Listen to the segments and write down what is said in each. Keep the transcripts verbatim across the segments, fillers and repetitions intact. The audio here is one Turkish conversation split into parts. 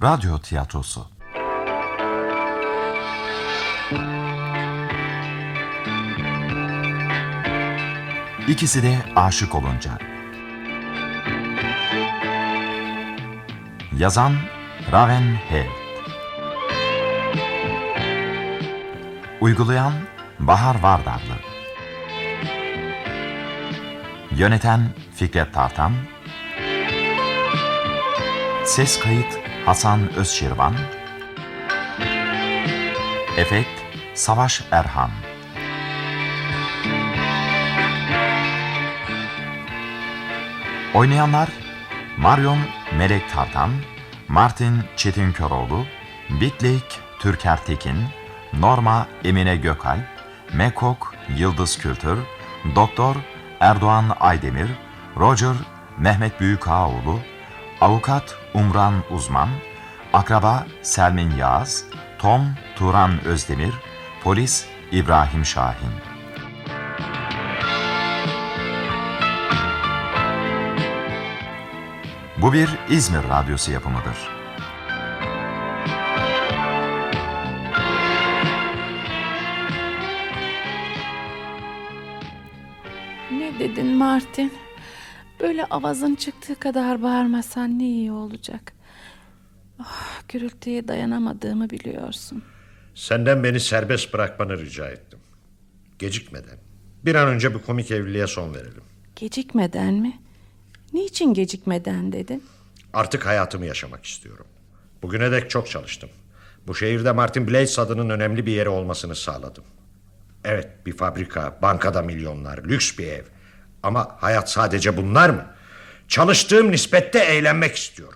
Radyo tiyatrosu. İkisi de aşık olunca. Yazan Raven Held. Uygulayan Bahar Vardarlı. Yöneten Fikret Tartan. Ses kayıt Hasan Özşirvan. Efekt Savaş Erhan. Oynayanlar Marion Melek Tartan, Martin Çetinköroğlu, Bitlek Türker Tekin, Norma Emine Gökalp, Mekok Yıldız Kültür, Doktor Erdoğan Aydemir, Roger Mehmet Büyükağaoğlu, Avukat Umran Uzman, Akraba Selmin Yağız, Tom Turan Özdemir, Polis İbrahim Şahin. Bu bir İzmir Radyosu yapımıdır. Ne dedin Martin? Böyle avazın çıktığı kadar bağırmasan ne iyi olacak. Oh, gürültüye dayanamadığımı biliyorsun. Senden beni serbest bırakmanı rica ettim. Gecikmeden. Bir an önce bu komik evliliğe son verelim. Gecikmeden mi? Niçin gecikmeden dedin? Artık hayatımı yaşamak istiyorum. Bugüne dek çok çalıştım. Bu şehirde Martin Blaze adının önemli bir yeri olmasını sağladım. Evet, bir fabrika, bankada milyonlar, lüks bir ev. Ama hayat sadece bunlar mı? Çalıştığım nispette eğlenmek istiyorum.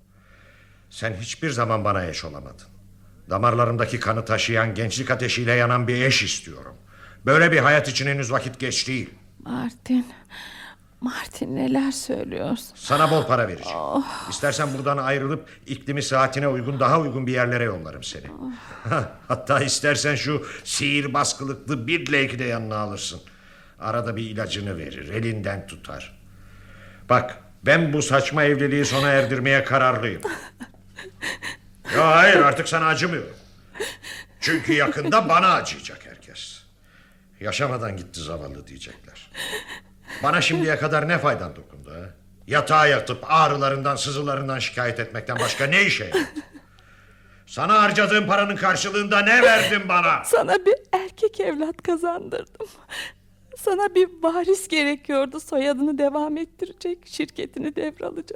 Sen hiçbir zaman bana eş olamadın. Damarlarımdaki kanı taşıyan, gençlik ateşiyle yanan bir eş istiyorum. Böyle bir hayat için henüz vakit geç değil. Martin, Martin neler söylüyorsun? Sana bol para vereceğim. Oh. İstersen buradan ayrılıp iklimi saatine uygun, daha uygun bir yerlere yollarım seni. Oh. Hatta istersen şu sihir baskılıklı Bidlake'i de yanına alırsın. Arada bir ilacını verir, elinden tutar. Bak, ben bu saçma evliliği sona erdirmeye kararlıyım. Ya hayır, artık sana acımıyorum. Çünkü yakında bana acıyacak herkes. Yaşamadan gitti zavallı diyecekler. Bana şimdiye kadar ne faydan dokundu ha? Yatağa yatıp ağrılarından, sızılarından şikayet etmekten başka ne işe yaradı? Sana harcadığım paranın karşılığında ne verdin bana? Sana bir erkek evlat kazandırdım. Sana bir varis gerekiyordu, soyadını devam ettirecek, şirketini devralacak.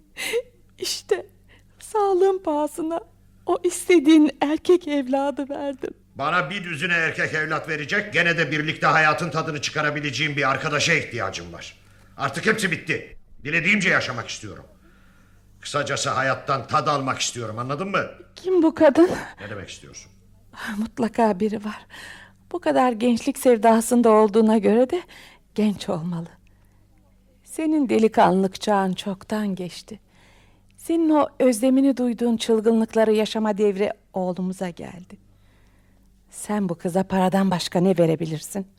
İşte sağlığın pahasına o istediğin erkek evladı verdim. Bana bir düzine erkek evlat verecek, gene de birlikte hayatın tadını çıkarabileceğim bir arkadaşa ihtiyacım var. Artık hepsi bitti. Dilediğimce yaşamak istiyorum. Kısacası hayattan tad almak istiyorum, anladın mı? Kim bu kadın? Ne demek istiyorsun? Mutlaka biri var. Bu kadar gençlik sevdasında olduğuna göre de genç olmalı. Senin delikanlılık çağın çoktan geçti. Senin o özlemini duyduğun çılgınlıkları yaşama devri oğlumuza geldi. Sen bu kıza paradan başka ne verebilirsin?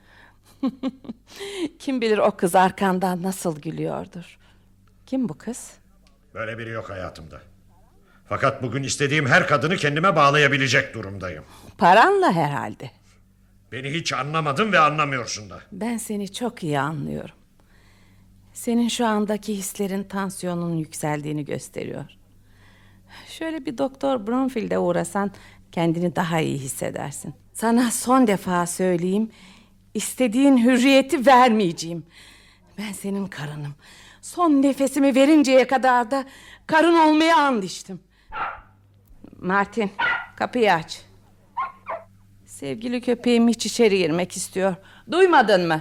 Kim bilir o kız arkandan nasıl gülüyordur. Kim bu kız? Böyle biri yok hayatımda. Fakat bugün istediğim her kadını kendime bağlayabilecek durumdayım. Paranla herhalde. Beni hiç anlamadın ve anlamıyorsun da. Ben seni çok iyi anlıyorum. Senin şu andaki hislerin tansiyonun yükseldiğini gösteriyor. Şöyle bir Doktor Bromfield'e uğrasan kendini daha iyi hissedersin. Sana son defa söyleyeyim, istediğin hürriyeti vermeyeceğim. Ben senin karınım. Son nefesimi verinceye kadar da karın olmaya and içtim. Martin, kapıyı aç. Sevgili köpeğim hiç içeri girmek istiyor. Duymadın mı?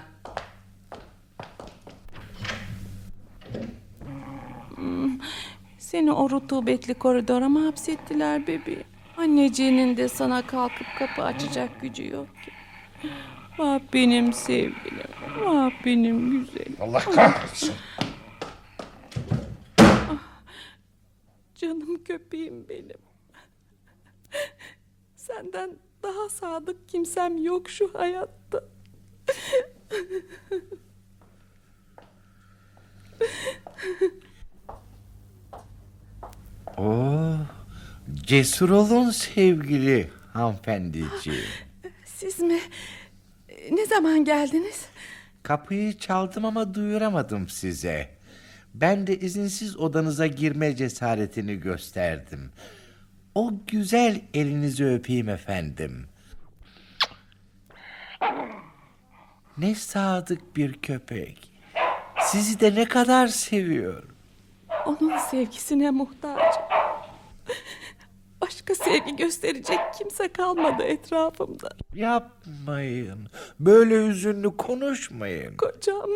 Hmm, seni o rutubetli koridora mı hapsettiler bebeğim? Anneciğinin de sana kalkıp kapı açacak gücü yok ki. Vah benim sevgilim, vah benim güzelim. Allah kahretsin. Ah, canım köpeğim benim. Senden daha sadık kimsem yok şu hayatta. Oo, Cesur olun sevgili hanımefendiciğim. Siz mi? Ne zaman geldiniz? Kapıyı çaldım ama duyuramadım size. Ben de izinsiz odanıza girme cesaretini gösterdim. O güzel elinizi öpeyim efendim. Ne sadık bir köpek. Sizi de ne kadar seviyor. Onun sevgisine muhtacım. Başka sevgi gösterecek kimse kalmadı etrafımda. Yapmayın. Böyle hüzünlü konuşmayın. Kocam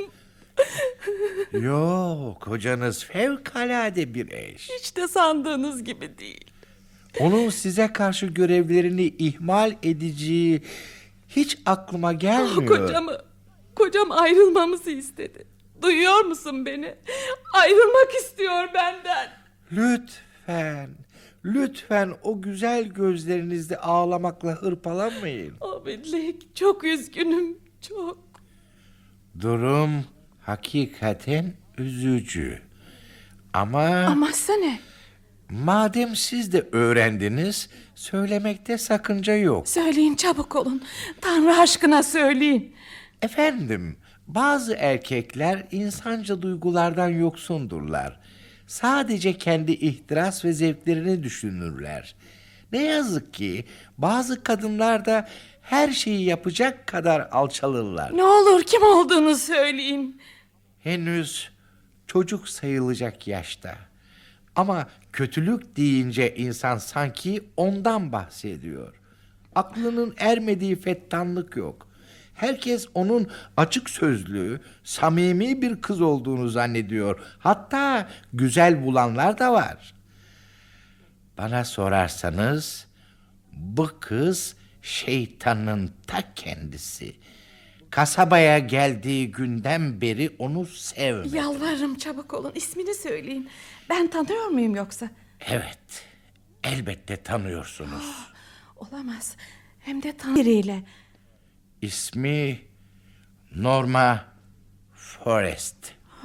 Yok, kocanız fevkalade bir eş. hiç de sandığınız gibi değil. Onun size karşı görevlerini ihmal edeceği hiç aklıma gelmiyor. Kocamı, kocam ayrılmamızı istedi. Duyuyor musun beni? Ayrılmak istiyor benden. Lütfen, lütfen o güzel gözlerinizde ağlamakla hırpalanmayın. O bilek, çok üzgünüm, çok. Durum hakikaten üzücü. Ama Aması ne? madem siz de öğrendiniz, söylemekte sakınca yok. Söyleyin, çabuk olun. Tanrı aşkına söyleyin. Efendim, bazı erkekler insanca duygulardan yoksundurlar. Sadece kendi ihtiras ve zevklerini düşünürler. Ne yazık ki bazı kadınlar da her şeyi yapacak kadar alçalırlar. Ne olur kim olduğunu söyleyin. Henüz çocuk sayılacak yaşta. Ama kötülük deyince insan sanki ondan bahsediyor. Aklının ermediği fettanlık yok. Herkes onun açık sözlü, samimi bir kız olduğunu zannediyor. Hatta güzel bulanlar da var. Bana sorarsanız bu kız şeytanın ta kendisi. Kasabaya geldiği günden beri onu sevmedi. Yalvarırım, çabuk olun, ismini söyleyin. Ben tanıyor muyum yoksa? Evet, elbette tanıyorsunuz. Olamaz. Hem de tanrı biriyle. İsmi Norma Forrest.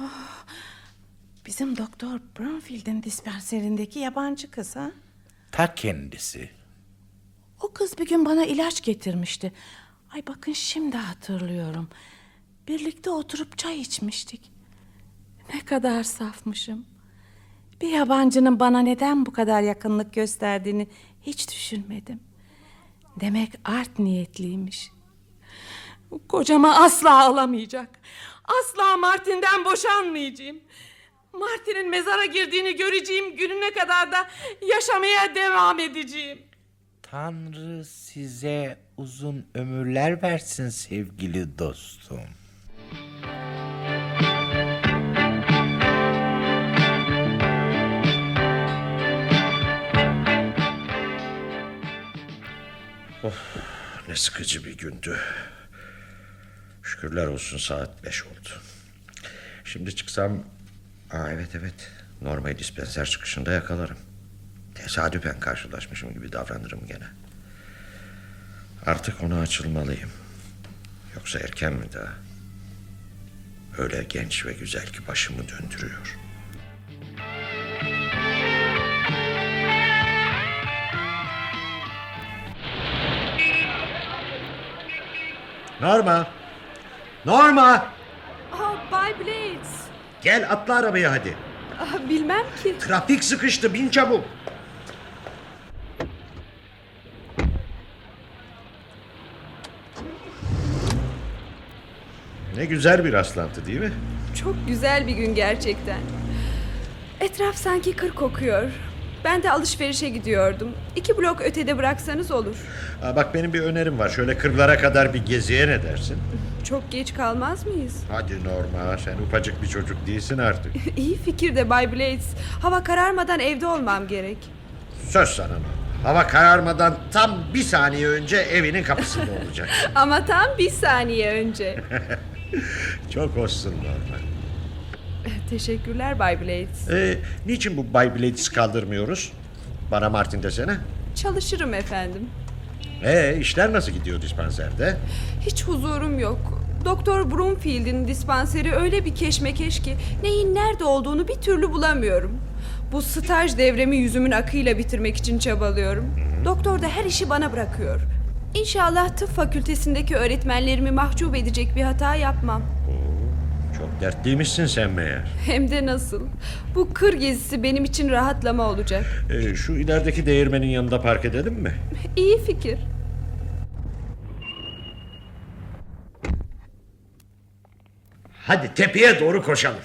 Bizim Doktor Bromfield'in dispanserindeki yabancı kız ha? Ta kendisi. O kız bir gün bana ilaç getirmişti. Ay bakın, şimdi hatırlıyorum. Birlikte oturup çay içmiştik. Ne kadar safmışım. Bir yabancının bana neden bu kadar yakınlık gösterdiğini hiç düşünmedim. Demek art niyetliymiş. Kocama asla alamayacak. Asla Martin'den boşanmayacağım. Martin'in mezara girdiğini göreceğim gününe kadar da yaşamaya devam edeceğim. Tanrı size uzun ömürler versin sevgili dostum. Ne sıkıcı bir gündü. Şükürler olsun saat beş oldu. Şimdi çıksam... Aa, evet evet. Normal dispenser çıkışında yakalarım. Tesadüfen karşılaşmışım gibi davranırım gene. Artık ona açılmalıyım. Yoksa erken mi daha? Öyle genç ve güzel ki başımı döndürüyor. Norma! Norma! Ah, Bay Blades. Gel atla arabaya hadi. Ah, bilmem ki. Trafik sıkıştı, bin çabuk. Ne güzel bir rastlantı değil mi? Çok güzel bir gün gerçekten. Etraf sanki kır kokuyor. Ben de alışverişe gidiyordum. İki blok ötede bıraksanız olur. Aa, bak benim bir önerim var. Şöyle kırlara kadar bir geziye ne dersin? Çok geç kalmaz mıyız? Hadi Norma, sen ufacık bir çocuk değilsin artık. İyi fikir de Bay Blades. Hava kararmadan evde olmam gerek. Söz sana Norma. Hava kararmadan tam bir saniye önce evinin kapısında olacak. Ama tam bir saniye önce. Çok hoşsun Norma. Teşekkürler Bay Blades. Ee, niçin bu Bay Blades'i kaldırmıyoruz? Bana Martin desene. Çalışırım efendim. Ee, işler nasıl gidiyor dispanserde? Hiç huzurum yok. Doktor Bromfield'in dispanseri öyle bir keşmekeş ki neyin nerede olduğunu bir türlü bulamıyorum. Bu staj devremi yüzümün akıyla bitirmek için çabalıyorum. Doktor da her işi bana bırakıyor. İnşallah tıp fakültesindeki öğretmenlerimi mahcup edecek bir hata yapmam. Çok dertliymişsin sen meğer. Hem de nasıl? Bu kır gezisi benim için rahatlama olacak. Ee, şu ilerideki değirmenin yanında park edelim mi? İyi fikir. Hadi tepeye doğru koşalım.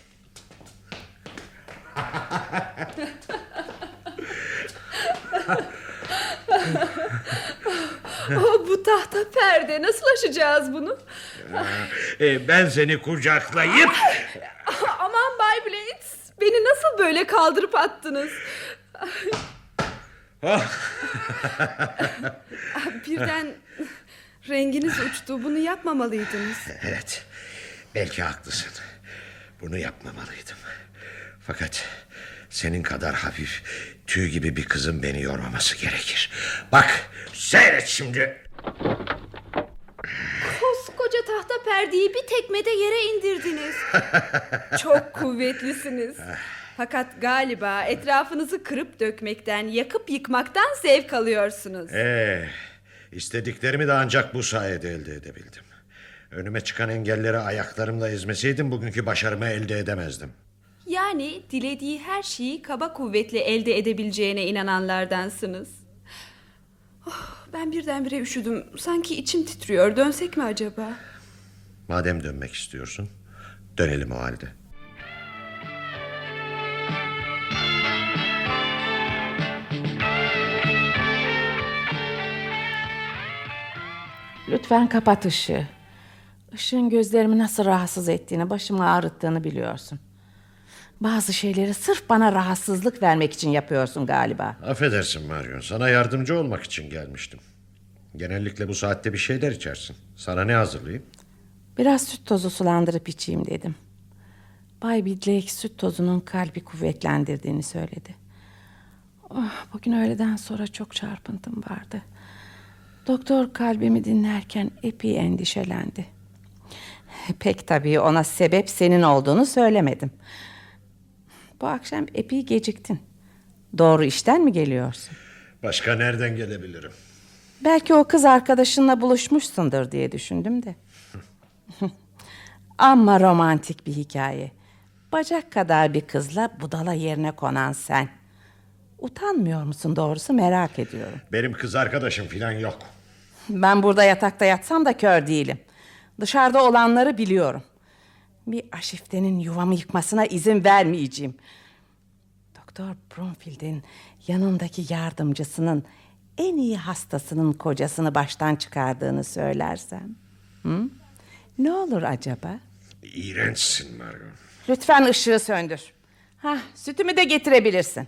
Oh, bu tahta perde. Nasıl aşacağız bunu? Ee, ben seni kucaklayıp... Aman Bay Blades. Beni nasıl böyle kaldırıp attınız? Birden renginiz uçtu. Bunu yapmamalıydınız. Evet, belki haklısın. Bunu yapmamalıydım. Fakat senin kadar hafif, tüy gibi bir kızın beni yormaması gerekir. Bak, seyret şimdi. Koskoca tahta perdeyi bir tekmede yere indirdiniz. Çok kuvvetlisiniz. Fakat galiba etrafınızı kırıp dökmekten, yakıp yıkmaktan zevk alıyorsunuz. Ee, istediklerimi de ancak bu sayede elde edebildim. Önüme çıkan engelleri ayaklarımla ezmeseydim bugünkü başarımı elde edemezdim. Yani dilediği her şeyi kaba kuvvetle elde edebileceğine inananlardansınız. Oh, ben birdenbire üşüdüm. Sanki içim titriyor. Dönsek mi acaba? Madem dönmek istiyorsun, dönelim o halde. Lütfen kapat ışığı. Işığın gözlerimi nasıl rahatsız ettiğini, başımı ağrıttığını biliyorsun. Bazı şeyleri sırf bana rahatsızlık vermek için yapıyorsun galiba. Affedersin Marion, sana yardımcı olmak için gelmiştim. Genellikle bu saatte bir şeyler içersin. Sana ne hazırlayayım? Biraz süt tozu sulandırıp içeyim dedim. Bay Bidlake süt tozunun kalbi kuvvetlendirdiğini söyledi. Oh, bugün öğleden sonra çok çarpıntım vardı. Doktor kalbimi dinlerken epey endişelendi. Pek tabii ona sebep senin olduğunu söylemedim. Bu akşam epey geciktin. Doğru işten mi geliyorsun? Başka nereden gelebilirim? Belki o kız arkadaşınla buluşmuşsundur diye düşündüm de. Ama romantik bir hikaye. Bacak kadar bir kızla budala yerine konan sen. Utanmıyor musun doğrusu, merak ediyorum. Benim kız arkadaşım falan yok. Ben burada yatakta yatsam da kör değilim. Dışarıda olanları biliyorum. Bir aşiftenin yuvamı yıkmasına izin vermeyeceğim. Doktor Bromfield'in yanındaki yardımcısının en iyi hastasının kocasını baştan çıkardığını söylersem. Hı? Ne olur acaba? İğrençsin Marion. Lütfen ışığı söndür. Hah, sütümü de getirebilirsin.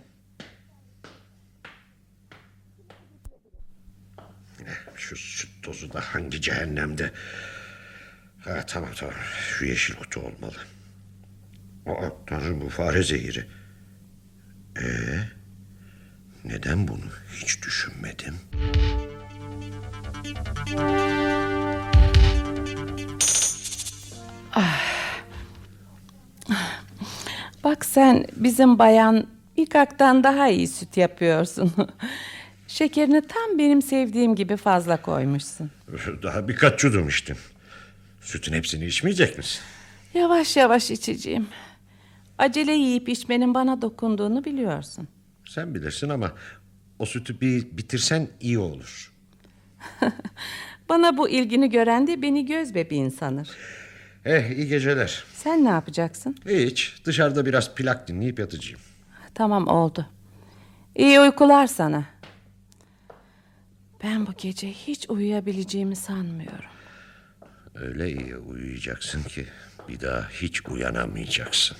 Şu süt tozu da hangi cehennemde? Ha, tamam tamam, şu yeşil kutu olmalı. Aa, tanrım, bu fare zehiri. Ee, neden bunu hiç düşünmedim? Bak sen bizim bayan İkak'tan daha iyi süt yapıyorsun. Şekerini tam benim sevdiğim gibi fazla koymuşsun. Daha birkaç yudum içtim. Sütün hepsini içmeyecek misin? Yavaş yavaş içeceğim. Acele yiyip içmenin bana dokunduğunu biliyorsun. Sen bilirsin ama o sütü bir bitirsen iyi olur. Bana bu ilgini gören de beni göz bebeğin sanır. Eh, iyi geceler. Sen ne yapacaksın? Hiç, dışarıda biraz plak dinleyip yatacağım. Tamam, oldu. İyi uykular sana. Ben bu gece hiç uyuyabileceğimi sanmıyorum. Öyle iyi uyuyacaksın ki bir daha hiç uyanamayacaksın.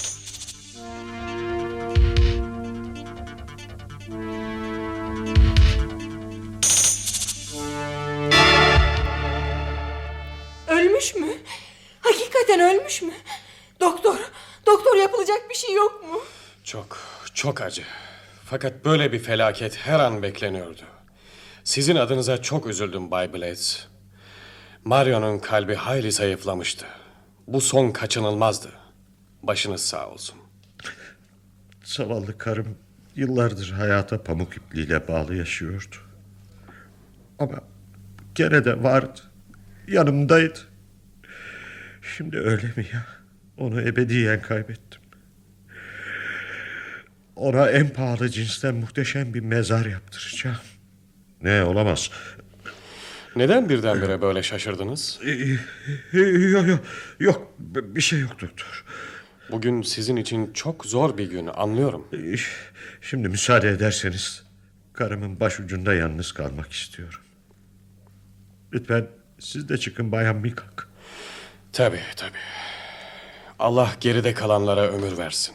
Ölmüş mü? Hakikaten ölmüş mü? Doktor, doktor yapılacak bir şey yok mu? Çok, çok acı. Fakat böyle bir felaket her an bekleniyordu. Sizin adınıza çok üzüldüm Bay Blades. Marion'un kalbi hayli zayıflamıştı. Bu son kaçınılmazdı. Başınız sağ olsun. Zavallı karım yıllardır hayata pamuk ipliğiyle bağlı yaşıyordu. Ama gene de vardı. Yanımdaydı. Şimdi öyle mi ya? Onu ebediyen kaybettim. Ona en pahalı cinsten muhteşem bir mezar yaptıracağım. Ne, olamaz. Neden birdenbire böyle şaşırdınız? Yok yok yok bir şey yok doktor. Bugün sizin için çok zor bir gün, anlıyorum. Şimdi müsaade ederseniz karımın başucunda yalnız kalmak istiyorum. Lütfen siz de çıkın Bayan Mikak. Tabii tabii. Allah geride kalanlara ömür versin.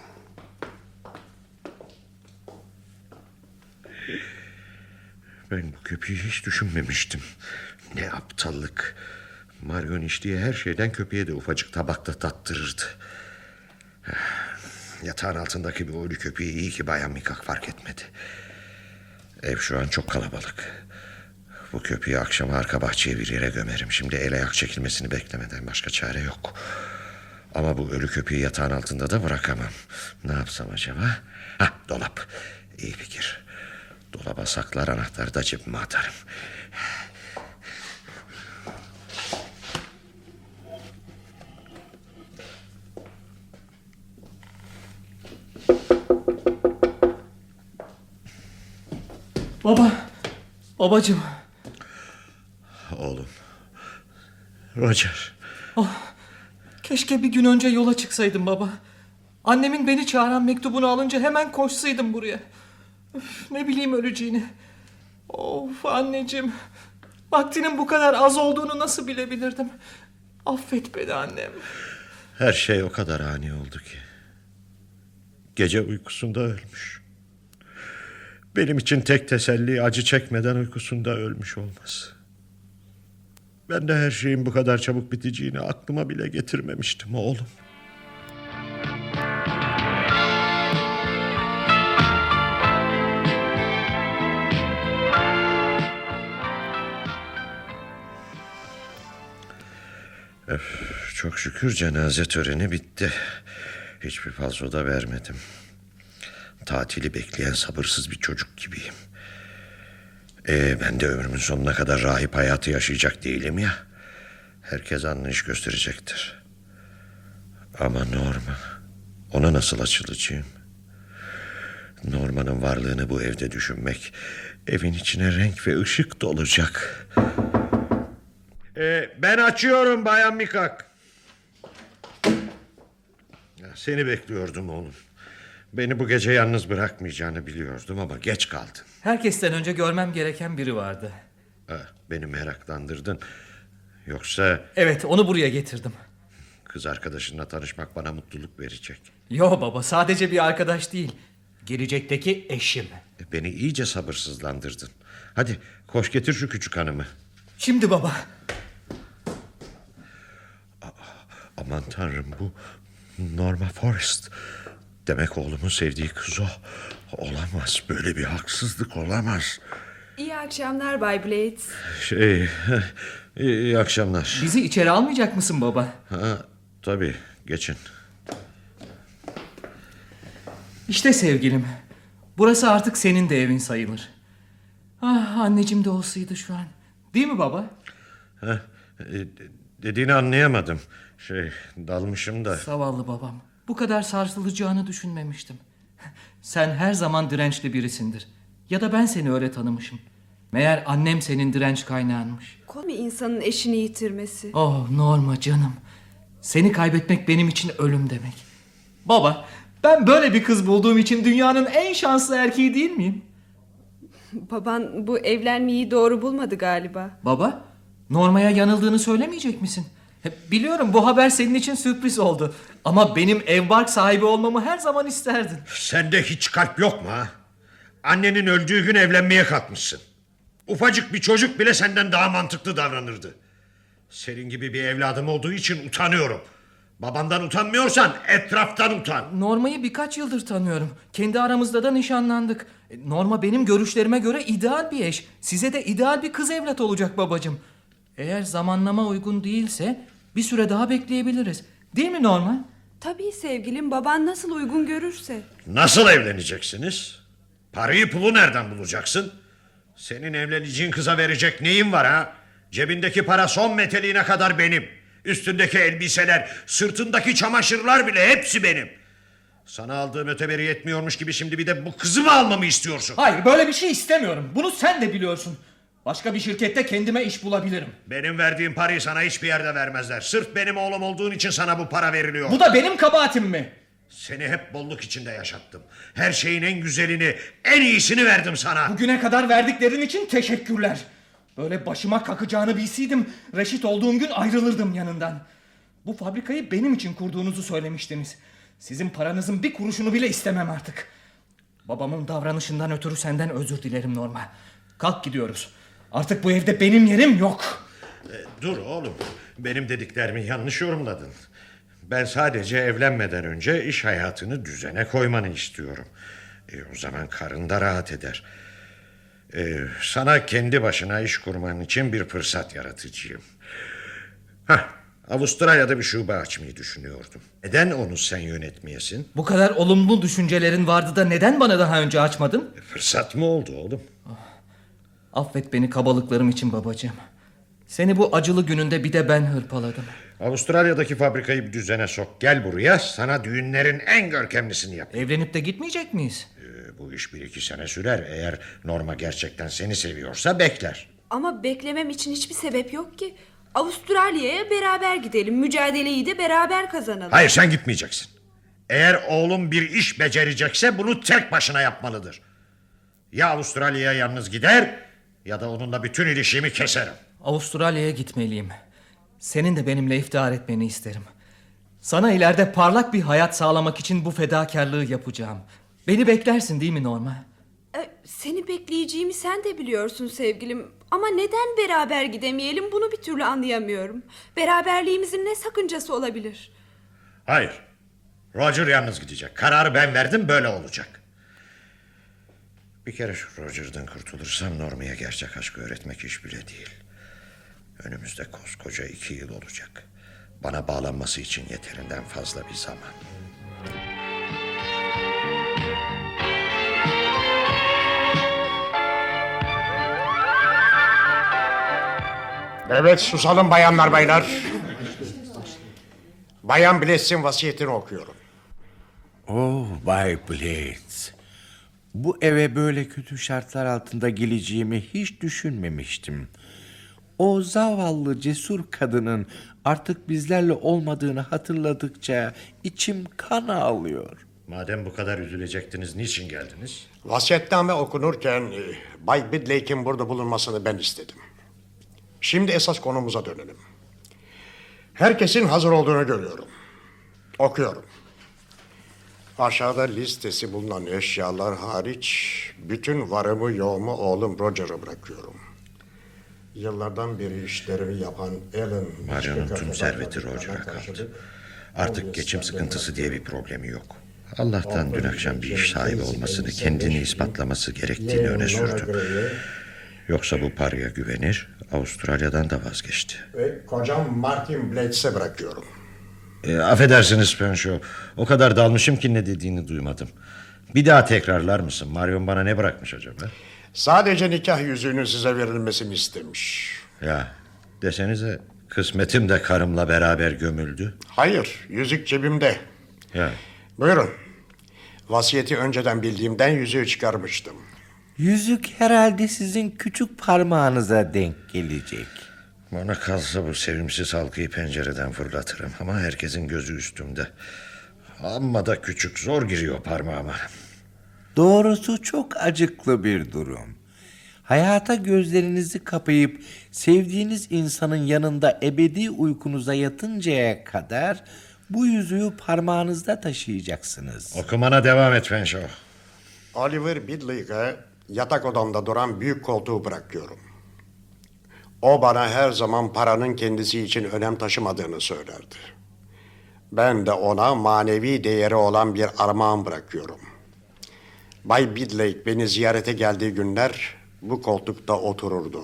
Ben bu köpeği hiç düşünmemiştim. Ne aptallık. Marion içtiği her şeyden köpeğe de ufacık tabakta tattırırdı. Yatağın altındaki bu ölü köpeği iyi ki Bayan Mikak fark etmedi. Ev şu an çok kalabalık. Bu köpeği akşama arka bahçeye bir yere gömerim. Şimdi el ayak çekilmesini beklemeden başka çare yok. Ama bu ölü köpeği yatağın altında da bırakamam. Ne yapsam acaba? Hah, dolap. İyi fikir. Dolaba saklar, anahtarı da cebime atarım. Baba, babacığım. Oğlum. Roger. Keşke bir gün önce yola çıksaydım baba. Annemin beni çağıran mektubunu alınca hemen koşsaydım buraya. Üf, ne bileyim öleceğini. Of anneciğim. Vaktinin bu kadar az olduğunu nasıl bilebilirdim? Affet beni annem. Her şey o kadar ani oldu ki. Gece uykusunda ölmüş. Benim için tek teselli acı çekmeden uykusunda ölmüş olması. Ben de her şeyin bu kadar çabuk biteceğini aklıma bile getirmemiştim oğlum. Öf, çok şükür cenaze töreni bitti. Hiçbir falso da vermedim. Tatili bekleyen sabırsız bir çocuk gibiyim. Ee, ben de ömrümün sonuna kadar rahip hayatı yaşayacak değilim ya. Herkes anlayış gösterecektir. Ama Norma, ona nasıl açılacağım? Norma'nın varlığını bu evde düşünmek evin içine renk ve ışık dolacak. Ee, ben açıyorum Bayan Mikak. Seni bekliyordum oğlum. Beni bu gece yalnız bırakmayacağını biliyordum ama geç kaldın. Herkesten önce görmem gereken biri vardı. Ha, beni meraklandırdın. Yoksa Evet, onu buraya getirdim. kız arkadaşınla tanışmak bana mutluluk verecek. Yo baba, sadece bir arkadaş değil. Gelecekteki eşim. Beni iyice sabırsızlandırdın. Hadi koş getir şu küçük hanımı. Şimdi baba. Aman tanrım, bu Norma Forrest. Demek oğlumun sevdiği kız o. Olamaz, böyle bir haksızlık olamaz. İyi akşamlar Bay Blades. Şey, iyi, iyi akşamlar. Bizi içeri almayacak mısın baba? Ha, tabii, geçin. İşte sevgilim. Burası artık senin de evin sayılır. Ah, anneciğim de olsaydı şu an. Değil mi baba? Ha, e, dediğini anlayamadım. Şey, dalmışım da. Zavallı babam. Bu kadar sarsılacağını düşünmemiştim. Sen her zaman dirençli birisindir. Ya da ben seni öyle tanımışım. Meğer annem senin direnç kaynağınmış. Komi insanın eşini yitirmesi. Oh Norma canım. Seni kaybetmek benim için ölüm demek. Baba, ben böyle bir kız bulduğum için dünyanın en şanslı erkeği değil miyim? Baban bu evlenmeyi doğru bulmadı galiba. Baba, Norma'ya yanıldığını söylemeyecek misin? Biliyorum bu haber senin için sürpriz oldu. Ama benim ev bark sahibi olmamı her zaman isterdin. Sende hiç kalp yok mu ha? Annenin öldüğü gün evlenmeye kalkmışsın. Ufacık bir çocuk bile senden daha mantıklı davranırdı. Senin gibi bir evladım olduğu için utanıyorum. Babandan utanmıyorsan etraftan utan. Norma'yı birkaç yıldır tanıyorum. Kendi aramızda da nişanlandık. Norma benim görüşlerime göre ideal bir eş. Size de ideal bir kız evlat olacak babacığım. Eğer zamanlama uygun değilse bir süre daha bekleyebiliriz. Değil mi Norma? Tabii sevgilim, baban nasıl uygun görürse. Nasıl evleneceksiniz? Parayı pulu nereden bulacaksın? Senin evleneceğin kıza verecek neyin var ha? Cebindeki para son meteliğine kadar benim. Üstündeki elbiseler, sırtındaki çamaşırlar bile hepsi benim. Sana aldığım öteberi yetmiyormuş gibi şimdi bir de bu kızı mı almamı istiyorsun? Hayır, böyle bir şey istemiyorum. Bunu sen de biliyorsun. Başka bir şirkette kendime iş bulabilirim. Benim verdiğim parayı sana hiçbir yerde vermezler. Sırf benim oğlum olduğun için sana bu para veriliyor. Bu da benim kabahatim mi? Seni hep bolluk içinde yaşattım. Her şeyin en güzelini, en iyisini verdim sana. Bugüne kadar verdiklerin için teşekkürler. Böyle başıma kakacağını bilseydim reşit olduğum gün ayrılırdım yanından. Bu fabrikayı benim için kurduğunuzu söylemiştiniz. Sizin paranızın bir kuruşunu bile istemem artık. Babamın davranışından ötürü senden özür dilerim Norma. Kalk gidiyoruz. Artık bu evde benim yerim yok. E, dur oğlum. Benim dediklerimi yanlış yorumladın. Ben sadece evlenmeden önce iş hayatını düzene koymanı istiyorum. E, o zaman karın da rahat eder. E, sana kendi başına iş kurman için bir fırsat yaratacağım. Hah, Avustralya'da bir şube açmayı düşünüyordum. Neden onu sen yönetmeyesin? Bu kadar olumlu düşüncelerin vardı da neden bana daha önce açmadın? E, fırsat mı oldu oğlum? Affet beni kabalıklarım için babacığım. Seni bu acılı gününde bir de ben hırpaladım. Avustralya'daki fabrikayı bir düzene sok. Gel buraya, sana düğünlerin en görkemlisini yap. Evlenip de gitmeyecek miyiz? Ee, bu iş bir iki sene sürer. Eğer Norma gerçekten seni seviyorsa bekler. Ama beklemem için hiçbir sebep yok ki. Avustralya'ya beraber gidelim. Mücadeleyi de beraber kazanalım. Hayır, sen gitmeyeceksin. Eğer oğlum bir iş becerecekse bunu tek başına yapmalıdır. Ya Avustralya'ya yalnız gider ya da onunla bütün ilişkimi keserim. Avustralya'ya gitmeliyim. Senin de benimle iftihar etmeni isterim. Sana ileride parlak bir hayat sağlamak için bu fedakarlığı yapacağım. Beni beklersin değil mi Norma? Ee, seni bekleyeceğimi sen de biliyorsun sevgilim. Ama neden beraber gidemeyelim bunu bir türlü anlayamıyorum. Beraberliğimizin ne sakıncası olabilir? Hayır. Roger yalnız gidecek. Kararı ben verdim, böyle olacak. Bir kere şu Roger'dan kurtulursam Norma'ya gerçek aşkı öğretmek iş bile değil. Önümüzde koskoca iki yıl olacak. Bana bağlanması için yeterinden fazla bir zaman. Evet, susalım bayanlar baylar. Bayan Blitz'in vasiyetini okuyorum. Oh Bay Blades. Bu eve böyle kötü şartlar altında geleceğimi hiç düşünmemiştim. O zavallı cesur kadının artık bizlerle olmadığını hatırladıkça içim kan ağlıyor. Madem bu kadar üzülecektiniz, niçin geldiniz? Vasiyetname okunurken e, Bay Bidlake'in burada bulunmasını ben istedim. Şimdi esas konumuza dönelim. Herkesin hazır olduğunu görüyorum. Okuyorum. Aşağıda listesi bulunan eşyalar hariç bütün varımı yoğumu oğlum Roger'a bırakıyorum. Yıllardan beri işlerini yapan Alan... Mario'nun tüm serveti Roger'a kaldı. Artık geçim sıkıntısı diye bir problemi yok. Allah'tan dün akşam bir iş sahibi olmasını, kendini ispatlaması gerektiğini öne sürdü. Yoksa bu paraya güvenir, Avustralya'dan da vazgeçti. Ve kocam Martin Blades'e bırakıyorum. E, affedersiniz Penshaw, o kadar dalmışım ki ne dediğini duymadım. Bir daha tekrarlar mısın? Marion bana ne bırakmış acaba? Sadece nikah yüzüğünün size verilmesini istemiş. Ya desenize, kısmetim de karımla beraber gömüldü. Hayır, yüzük cebimde. Ya. Buyurun. Vasiyeti önceden bildiğimden yüzüğü çıkarmıştım. Yüzük herhalde sizin küçük parmağınıza denk gelecek. Bana kalsa bu sevimsiz halkayı pencereden fırlatırım ama herkesin gözü üstümde. Amma da küçük, zor giriyor parmağıma. Doğrusu çok acıklı bir durum. Hayata gözlerinizi kapayıp sevdiğiniz insanın yanında ebedi uykunuza yatıncaya kadar bu yüzüğü parmağınızda taşıyacaksınız. Okumana devam et Penshaw. Oliver Bidlake'e yatak odamda duran büyük koltuğu bırakıyorum. O bana her zaman paranın kendisi için önem taşımadığını söylerdi. Ben de ona manevi değeri olan bir armağan bırakıyorum. Bay Bidlake beni ziyarete geldiği günler bu koltukta otururdu.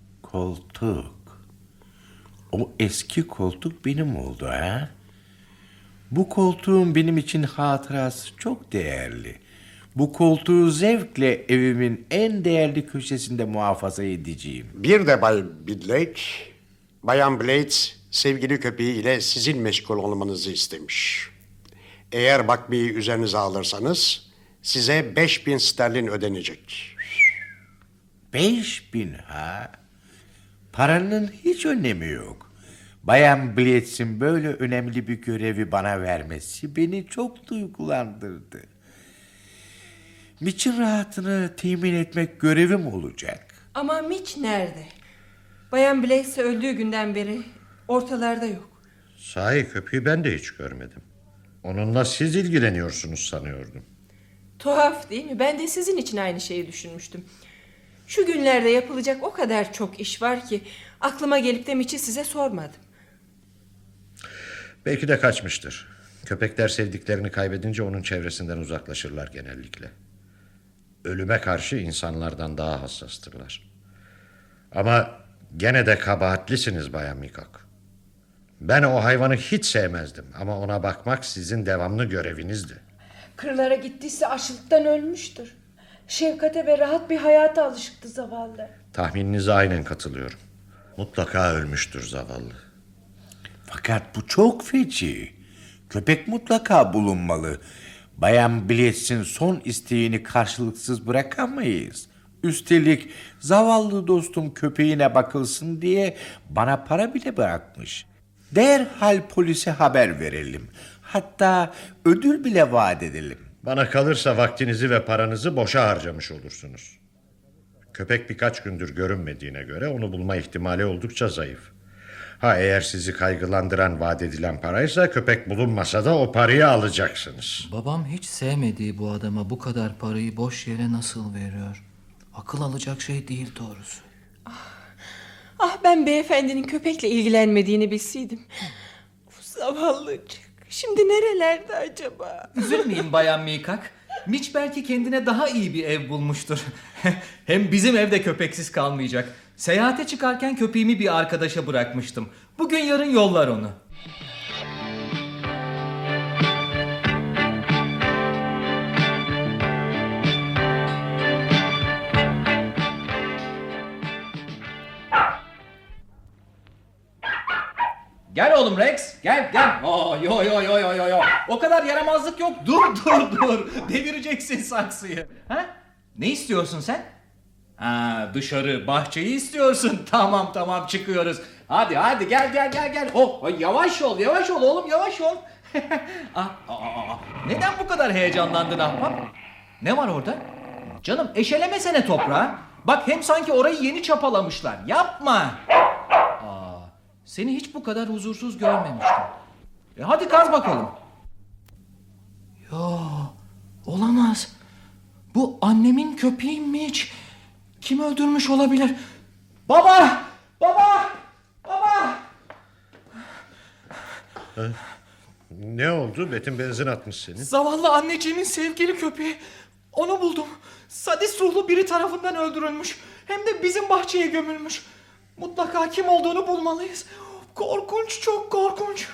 Koltuk. O eski koltuk benim oldu ha? Bu koltuğun benim için hatırası çok değerli. Bu koltuğu zevkle evimin en değerli köşesinde muhafaza edeceğim. Bir de Bay Bidlake, Bayan Blades sevgili köpeğiyle sizin meşgul olmanızı istemiş. Eğer bakmayı üzerinize alırsanız size beş bin sterlin ödenecek. Beş bin ha? Paranın hiç önemi yok. Bayan Blades'in böyle önemli bir görevi bana vermesi beni çok duygulandırdı. Mitch'in rahatını temin etmek görevim olacak. Ama Mitch nerede? Bayan Blaze öldüğü günden beri ortalarda yok. Sahi köpeği ben de hiç görmedim. Onunla siz ilgileniyorsunuz sanıyordum. Tuhaf değil mi? Ben de sizin için aynı şeyi düşünmüştüm. Şu günlerde yapılacak o kadar çok iş var ki aklıma gelip de Mitch'i size sormadım. Belki de kaçmıştır. Köpekler sevdiklerini kaybedince onun çevresinden uzaklaşırlar genellikle. Ölüme karşı insanlardan daha hassastırlar. Ama gene de kabahatlisiniz Bayan Mikak. Ben o hayvanı hiç sevmezdim ama ona bakmak sizin devamlı görevinizdi. Kırlara gittiyse açlıktan ölmüştür. Şefkate ve rahat bir hayata alışıktı zavallı. Tahmininize aynen katılıyorum. Mutlaka ölmüştür zavallı. Fakat bu çok feci. Köpek mutlaka bulunmalı. Bayan Blades'in son isteğini karşılıksız bırakamayız. Üstelik zavallı dostum köpeğine bakılsın diye bana para bile bırakmış. Derhal polise haber verelim. Hatta ödül bile vaat edelim. Bana kalırsa vaktinizi ve paranızı boşa harcamış olursunuz. Köpek birkaç gündür görünmediğine göre onu bulma ihtimali oldukça zayıf. Ha eğer sizi kaygılandıran vaat edilen paraysa köpek bulunmasa da o parayı alacaksınız. Babam hiç sevmediği bu adama bu kadar parayı boş yere nasıl veriyor? Akıl alacak şey değil doğrusu. Ah ben beyefendinin köpekle ilgilenmediğini bilseydim. Zavallıcık. Şimdi nerelerde acaba? Üzülmeyin Bayan Mikak. Mitch belki kendine daha iyi bir ev bulmuştur. Hem bizim evde köpeksiz kalmayacak. Seyahate çıkarken köpeğimi bir arkadaşa bırakmıştım. Bugün yarın yollar onu. Gel oğlum Rex. Gel gel. Oo, yo yo yo yo yo yo. O kadar yaramazlık yok. Dur dur dur. Devireceksin saksıyı. Ha? Ne istiyorsun sen? Ha, dışarı bahçeyi istiyorsun. Tamam tamam çıkıyoruz. Hadi hadi gel gel gel gel. Oh, oh, yavaş ol yavaş ol oğlum yavaş ol. ah, aa, aa. Neden bu kadar heyecanlandın ahbap? Ne var orada? Canım eşelemesene toprağı. Bak hem sanki orayı yeni çapalamışlar. Yapma. Seni hiç bu kadar huzursuz görmemiştim. E hadi kaz bakalım. Yo, olamaz. Bu annemin köpeğiymiş. Kim öldürmüş olabilir? Baba! Baba! Baba! Ne oldu? Betin benzin atmış senin. Zavallı anneciğimin sevgili köpeği. Onu buldum. Sadist ruhlu biri tarafından öldürülmüş. Hem de bizim bahçeye gömülmüş. Mutlaka kim olduğunu bulmalıyız. Korkunç, çok korkunç.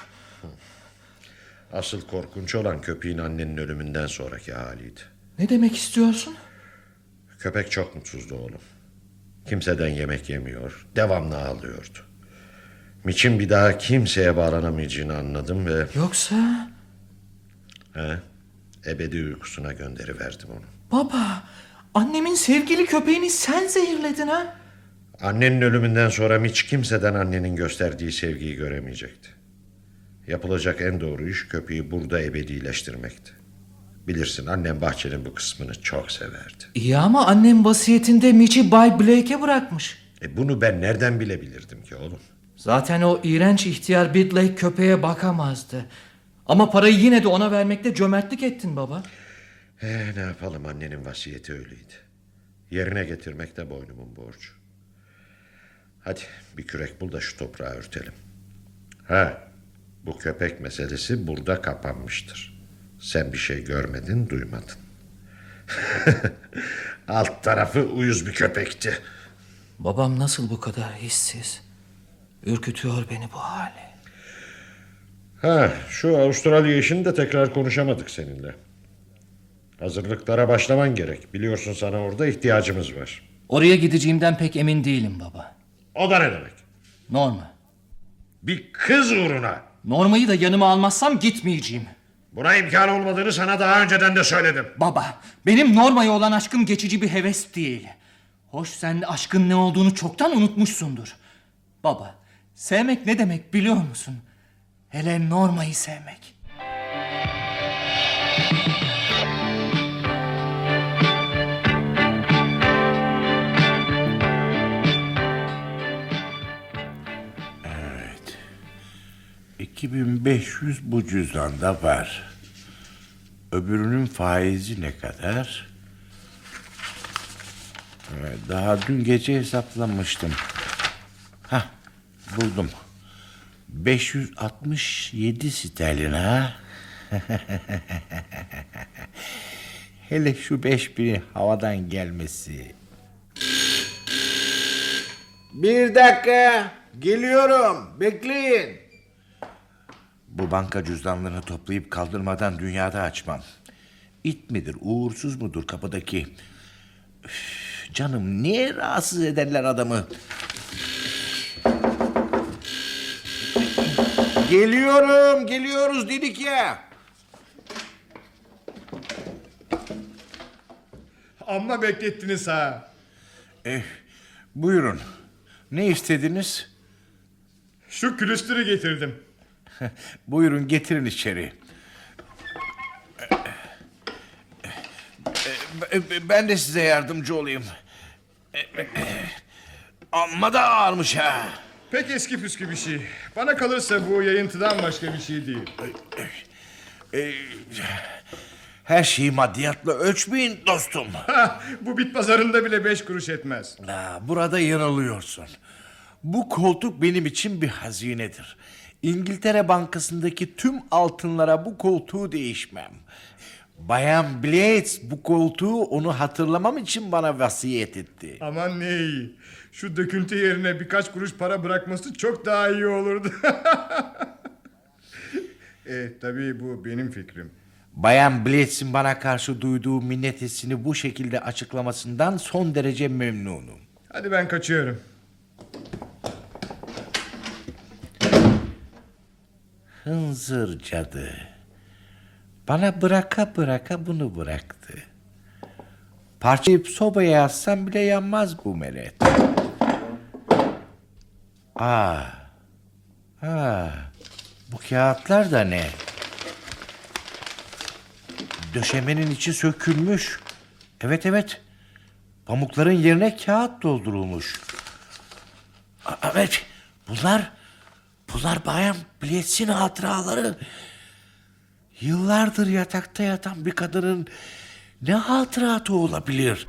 Asıl korkunç olan köpeğin annenin ölümünden sonraki haliydi. Ne demek istiyorsun? Köpek çok mutsuzdu oğlum. Kimseden yemek yemiyor, devamlı ağlıyordu. Mitch'in bir daha kimseye bağlanamayacağını anladım ve... Yoksa... He, ebedi uykusuna gönderiverdim onu. Baba, annemin sevgili köpeğini sen zehirledin ha? Annenin ölümünden sonra Mitch kimseden annenin gösterdiği sevgiyi göremeyecekti. Yapılacak en doğru iş köpeği burada ebedileştirmekti. Bilirsin annem bahçenin bu kısmını çok severdi. İyi ama annem vasiyetinde Mitch'i Bay Blake'e bırakmış. E bunu ben nereden bilebilirdim ki oğlum? Zaten o iğrenç ihtiyar Bidlake köpeğe bakamazdı. Ama parayı yine de ona vermekte cömertlik ettin baba. E, ne yapalım annenin vasiyeti öyleydi. Yerine getirmek de boynumun borcu. Hadi bir kürek bul da şu toprağı örtelim. Ha, bu köpek meselesi burada kapanmıştır. Sen bir şey görmedin, duymadın. Alt tarafı uyuz bir köpekti. Babam nasıl bu kadar hissiz? Ürkütüyor beni bu hali. Ha, şu Avustralya işini de tekrar konuşamadık seninle. Hazırlıklara başlaman gerek. Biliyorsun sana orada ihtiyacımız var. Oraya gideceğimden pek emin değilim baba. O da ne demek? Norma. Bir kız uğruna. Norma'yı da yanıma almazsam gitmeyeceğim. Buna imkan olmadığını sana daha önceden de söyledim. Baba, benim Norma'ya olan aşkım geçici bir heves değil. Hoş sen de aşkın ne olduğunu çoktan unutmuşsundur. Baba, sevmek ne demek biliyor musun? Hele Norma'yı sevmek. iki bin beş yüz bu cüzdanda var. Öbürünün faizi ne kadar? Evet, daha dün gece hesaplamıştım. Hah, buldum. beş yüz altmış yedi sterlin ha. Hele şu beş bini havadan gelmesi. Bir dakika, geliyorum, bekleyin. Bu banka cüzdanlarını toplayıp kaldırmadan dünyada açmam. İt midir, uğursuz mudur kapıdaki? Üf, canım niye rahatsız ederler adamı? Geliyorum, geliyoruz dedik ya. Amma beklettiniz ha. Eh, buyurun. Ne istediniz? Şu külüstürü getirdim. Buyurun getirin içeri. Ben de size yardımcı olayım. Amma da ağırmış ha. Pek eski püskü bir şey. Bana kalırsa bu yayıntıdan başka bir şey değil. Her şeyi maddiyatla ölçmeyin dostum. Ha, bu bit pazarında bile beş kuruş etmez. Ha, burada yanılıyorsun. Bu koltuk benim için bir hazinedir. İngiltere Bankası'ndaki tüm altınlara bu koltuğu değişmem. Bayan Blades bu koltuğu onu hatırlamam için bana vasiyet etti. Aman ne iyi. Şu döküntü yerine birkaç kuruş para bırakması çok daha iyi olurdu. e, tabii bu benim fikrim. Bayan Blades'in bana karşı duyduğu minnet hissini bu şekilde açıklamasından son derece memnunum. Hadi ben kaçıyorum. Hınzır cadı. Bana bıraka bıraka bunu bıraktı. Parçayıp sobaya atsam bile yanmaz bu meret. Aa, ha, bu kağıtlar da ne? Döşemenin içi sökülmüş. Evet evet. Pamukların yerine kağıt doldurulmuş. A- Evet, bunlar bunlar Bayan Blades'in hatıraları. Yıllardır yatakta yatan bir kadının ne hatıratı olabilir?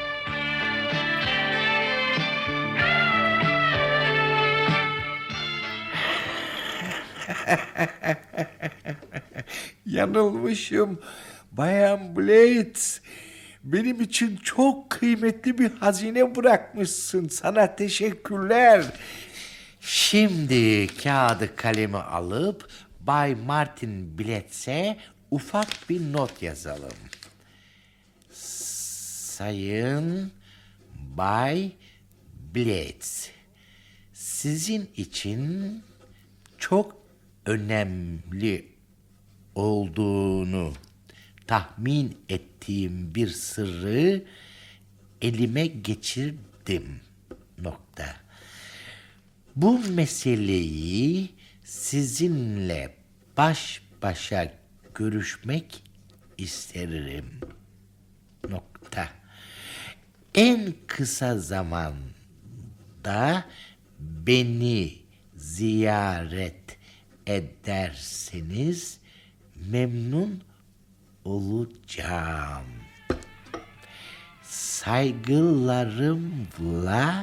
Yanılmışım. Bayan Blades, benim için çok kıymetli bir hazine bırakmışsın. Sana teşekkürler. Şimdi kağıdı kalemi alıp Bay Martin Blades'e ufak bir not yazalım. Sayın Bay Blades, sizin için çok önemli olduğunu tahmin ettiğim bir sırrı elime geçirdim. Nokta. Bu meseleyi sizinle baş başa görüşmek isterim. Nokta. En kısa zamanda beni ziyaret ederseniz memnun olacağım. Saygılarımla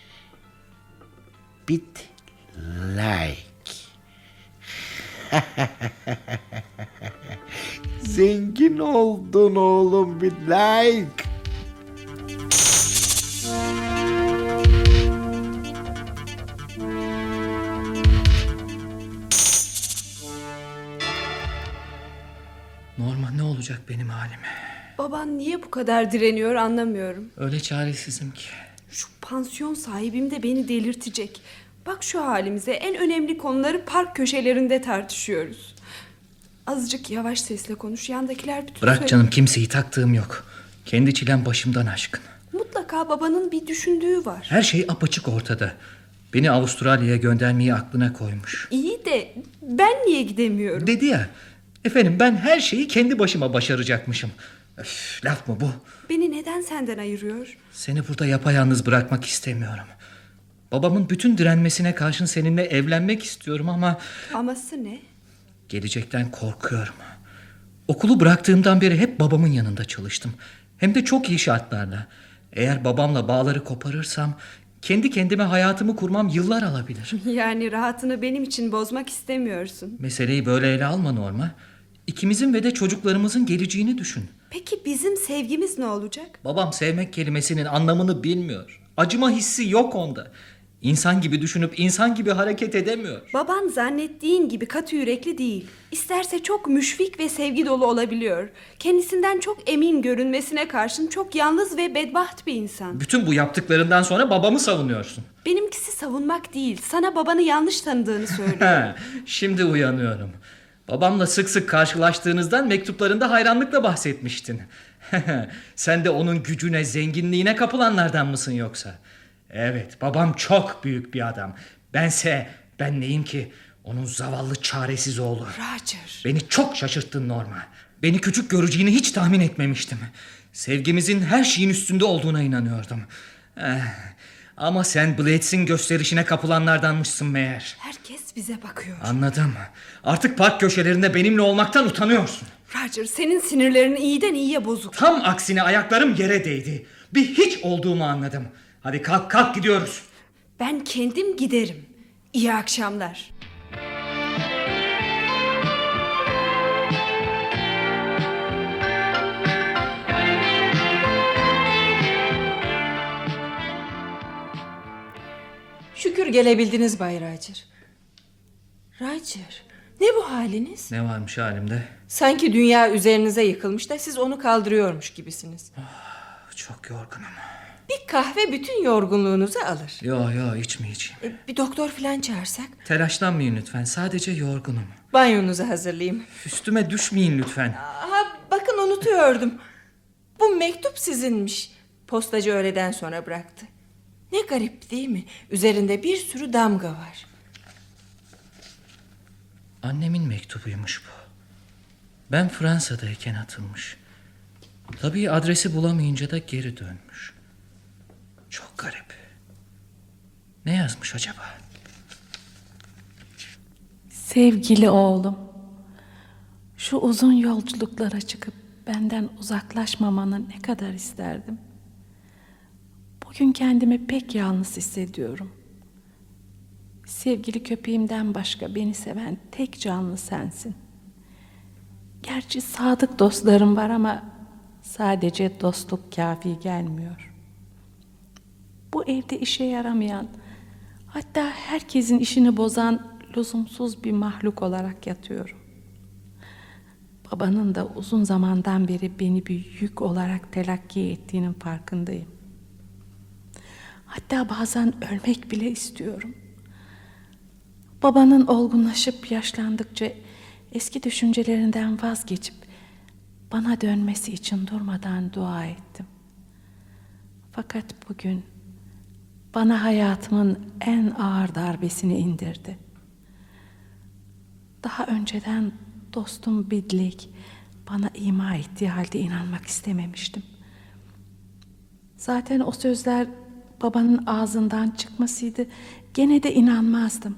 Bit Like. Zengin oldun oğlum Bit Like. benim halim? Baban niye bu kadar direniyor anlamıyorum. Öyle çaresizim ki. Şu pansiyon sahibim de beni delirtecek. Bak şu halimize, en önemli konuları park köşelerinde tartışıyoruz. Azıcık yavaş sesle konuş, yandakiler bütün Bırak söyle- canım, kimseyi taktığım yok. Kendi çilem başımdan aşkın. Mutlaka babanın bir düşündüğü var. Her şey apaçık ortada. Beni Avustralya'ya göndermeyi aklına koymuş. İyi de ben niye gidemiyorum? Dedi ya, efendim ben her şeyi kendi başıma başaracakmışım. Öf, laf mı bu? Beni neden senden ayırıyor? Seni burada yapayalnız bırakmak istemiyorum. Babamın bütün direnmesine karşın seninle evlenmek istiyorum ama... Aması ne? Gelecekten korkuyorum. Okulu bıraktığımdan beri hep babamın yanında çalıştım. Hem de çok iyi şartlarla. Eğer babamla bağları koparırsam... kendi kendime hayatımı kurmam yıllar alabilir. Yani rahatını benim için bozmak istemiyorsun. Meseleyi böyle ele alma Norma. İkimizin ve de çocuklarımızın geleceğini düşün. Peki bizim sevgimiz ne olacak? Babam sevmek kelimesinin anlamını bilmiyor. Acıma hissi yok onda. İnsan gibi düşünüp insan gibi hareket edemiyor. Baban zannettiğin gibi katı yürekli değil. İsterse çok müşfik ve sevgi dolu olabiliyor. Kendisinden çok emin görünmesine karşın çok yalnız ve bedbaht bir insan. Bütün bu yaptıklarından sonra babamı savunuyorsun. Benimkisi savunmak değil, sana babanı yanlış tanıdığını söylüyorum. Şimdi uyanıyorum. Babamla sık sık karşılaştığınızdan mektuplarında hayranlıkla bahsetmiştin. Sen de onun gücüne, zenginliğine kapılanlardan mısın yoksa? Evet, babam çok büyük bir adam. Bense, ben neyim ki? Onun zavallı çaresiz oğlu. Roger. Beni çok şaşırttın Norma. Beni küçük göreceğini hiç tahmin etmemiştim. Sevgimizin her şeyin üstünde olduğuna inanıyordum. Eh, ama sen Blades'in gösterişine kapılanlardanmışsın meğer. Herkes bize bakıyor. Anladım. Artık park köşelerinde benimle olmaktan utanıyorsun. Roger, senin sinirlerin iyiden iyiye bozuk. Tam aksine ayaklarım yere değdi. Bir hiç olduğumu anladım. Hadi kalk kalk gidiyoruz. Ben kendim giderim. İyi akşamlar. Şükür gelebildiniz Bay Roger. Roger, ne bu haliniz? Ne varmış halimde? Sanki dünya üzerinize yıkılmış da siz onu kaldırıyormuş gibisiniz. Çok yorgunum. Bir kahve bütün yorgunluğunuzu alır. Yo yo içmeyeceğim. E, bir doktor falan çağırsak? Telaşlanmayın lütfen. Sadece yorgunum. Banyonuzu hazırlayayım. Üstüme düşmeyin lütfen. Aha, bakın unutuyordum. Bu mektup sizinmiş. Postacı öğleden sonra bıraktı. Ne garip değil mi? Üzerinde bir sürü damga var. Annemin mektubuymuş bu. Ben Fransa'dayken atılmış. Tabii adresi bulamayınca da geri dönmüş. Çok garip. Ne yazmış acaba? Sevgili oğlum, şu uzun yolculuklara çıkıp benden uzaklaşmamanı ne kadar isterdim. Bugün kendimi pek yalnız hissediyorum. Sevgili köpeğimden başka beni seven tek canlı sensin. Gerçi sadık dostlarım var ama sadece dostluk kafi gelmiyor. Bu evde işe yaramayan, hatta herkesin işini bozan lüzumsuz bir mahluk olarak yatıyorum. Babanın da uzun zamandan beri beni bir yük olarak telakki ettiğinin farkındayım. Hatta bazen ölmek bile istiyorum. Babanın olgunlaşıp yaşlandıkça eski düşüncelerinden vazgeçip bana dönmesi için durmadan dua ettim. Fakat bugün bana hayatımın en ağır darbesini indirdi. Daha önceden dostum Bidlake bana ima ettiği halde inanmak istememiştim. Zaten o sözler babanın ağzından çıkmasıydı, gene de inanmazdım.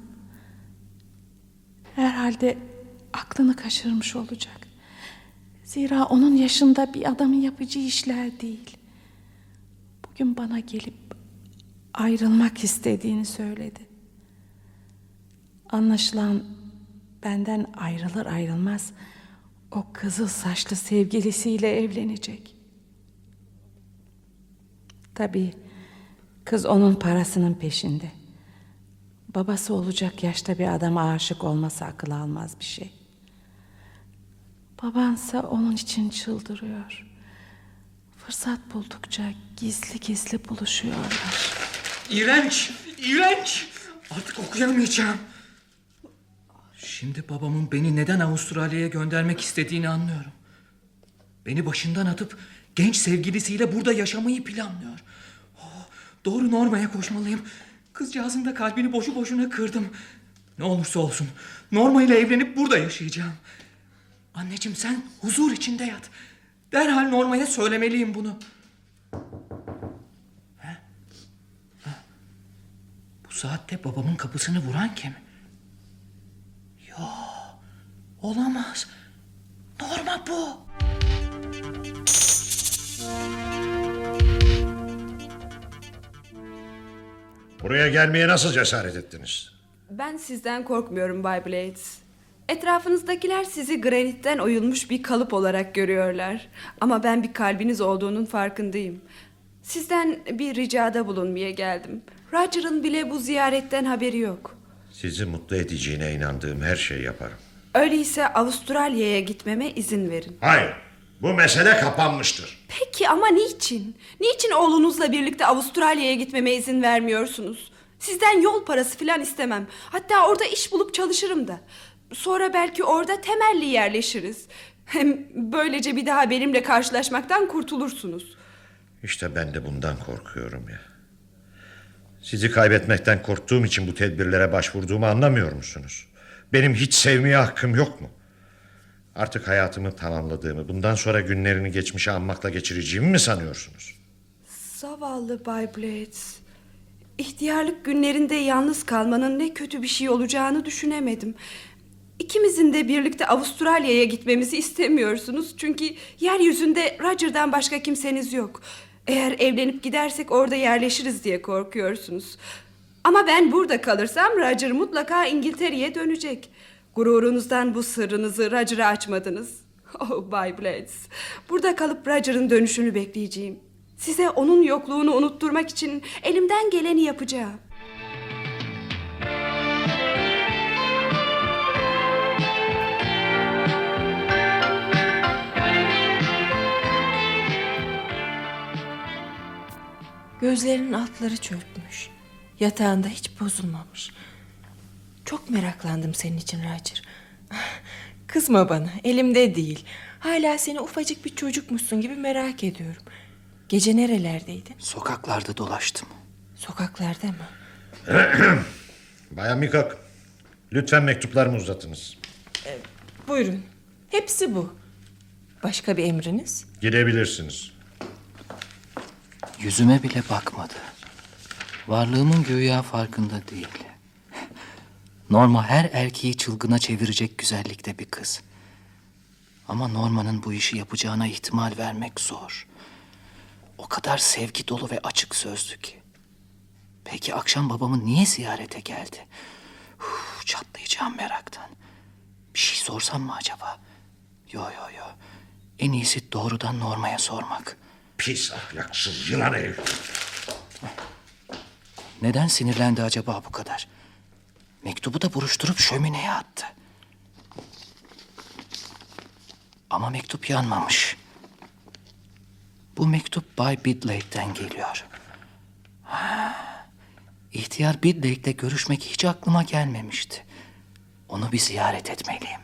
Herhalde aklını kaçırmış olacak. Zira onun yaşında bir adamın yapacağı işler değil. Bugün bana gelip ayrılmak istediğini söyledi. Anlaşılan benden ayrılır ayrılmaz o kızıl saçlı sevgilisiyle evlenecek. Tabii kız onun parasının peşinde. Babası olacak yaşta bir adama aşık olması akıl almaz bir şey. Babansa onun için çıldırıyor. Fırsat buldukça gizli gizli buluşuyorlar. İğrenç, iğrenç. Artık okuyamayacağım. Şimdi babamın beni neden Avustralya'ya göndermek istediğini anlıyorum. Beni başından atıp genç sevgilisiyle burada yaşamayı planlıyor. Oh, doğru Norma'ya koşmalıyım. Kızcağızın da kalbini boşu boşuna kırdım. Ne olursa olsun Norma ile evlenip burada yaşayacağım. Anneciğim, sen huzur içinde yat. Derhal Norma'ya söylemeliyim bunu. He? Ha. Bu saatte babamın kapısını vuran kim? Yo, olamaz. Norma bu. Buraya gelmeye nasıl cesaret ettiniz? Ben sizden korkmuyorum Bay Blades. Etrafınızdakiler sizi granitten oyulmuş bir kalıp olarak görüyorlar. Ama ben bir kalbiniz olduğunun farkındayım. Sizden bir ricada bulunmaya geldim. Roger'ın bile bu ziyaretten haberi yok. Sizi mutlu edeceğine inandığım her şeyi yaparım. Öyleyse Avustralya'ya gitmeme izin verin. Hayır, bu mesele kapanmıştır. Peki ama niçin? Niçin oğlunuzla birlikte Avustralya'ya gitmeme izin vermiyorsunuz? Sizden yol parası falan istemem. Hatta orada iş bulup çalışırım da. Sonra belki orada temelli yerleşiriz. Hem böylece bir daha benimle karşılaşmaktan kurtulursunuz. İşte ben de bundan korkuyorum ya. Sizi kaybetmekten korktuğum için bu tedbirlere başvurduğumu anlamıyor musunuz? Benim hiç sevmeye hakkım yok mu? Artık hayatımı tamamladığımı, bundan sonra günlerini geçmişe anmakla geçireceğimi mi sanıyorsunuz? Zavallı Bay Blades. İhtiyarlık günlerinde yalnız kalmanın ne kötü bir şey olacağını düşünemedim. İkimizin de birlikte Avustralya'ya gitmemizi istemiyorsunuz. Çünkü yeryüzünde Roger'dan başka kimseniz yok. Eğer evlenip gidersek orada yerleşiriz diye korkuyorsunuz. Ama ben burada kalırsam Roger mutlaka İngiltere'ye dönecek. Gururunuzdan bu sırrınızı Roger'a açmadınız. Oh Bay Blades. Burada kalıp Roger'ın dönüşünü bekleyeceğim. Size onun yokluğunu unutturmak için elimden geleni yapacağım. Gözlerinin altları çökmüş. Yatağında hiç bozulmamış. Çok meraklandım senin için Roger. Kızma bana, elimde değil. Hala seni ufacık bir çocukmuşsun gibi merak ediyorum. Gece nerelerdeydin? Sokaklarda dolaştım. Sokaklarda mı? Bayan Mikak, lütfen mektuplarımı uzatınız. Ee, buyurun. Hepsi bu. Başka bir emriniz? Gidebilirsiniz. Yüzüme bile bakmadı. Varlığımın güya farkında değil. Norma her erkeği çılgına çevirecek güzellikte bir kız. Ama Norma'nın bu işi yapacağına ihtimal vermek zor. O kadar sevgi dolu ve açık sözlü ki. Peki akşam babamı niye ziyarete geldi? Uf, çatlayacağım meraktan. Bir şey sorsam mı acaba? Yo yo yo. En iyisi doğrudan Norma'ya sormak. Pis ahlaksız yılan herif. Neden sinirlendi acaba bu kadar? Mektubu da buruşturup şömineye attı. Ama mektup yanmamış. Bu mektup Bay Bidlake'den geliyor. Ha, İhtiyar Bidlake'le görüşmek hiç aklıma gelmemişti. Onu bir ziyaret etmeliyim.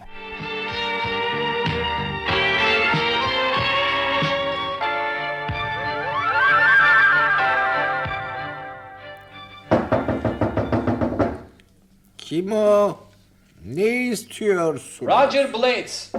Kim o? Ne istiyorsun? Roger Blades.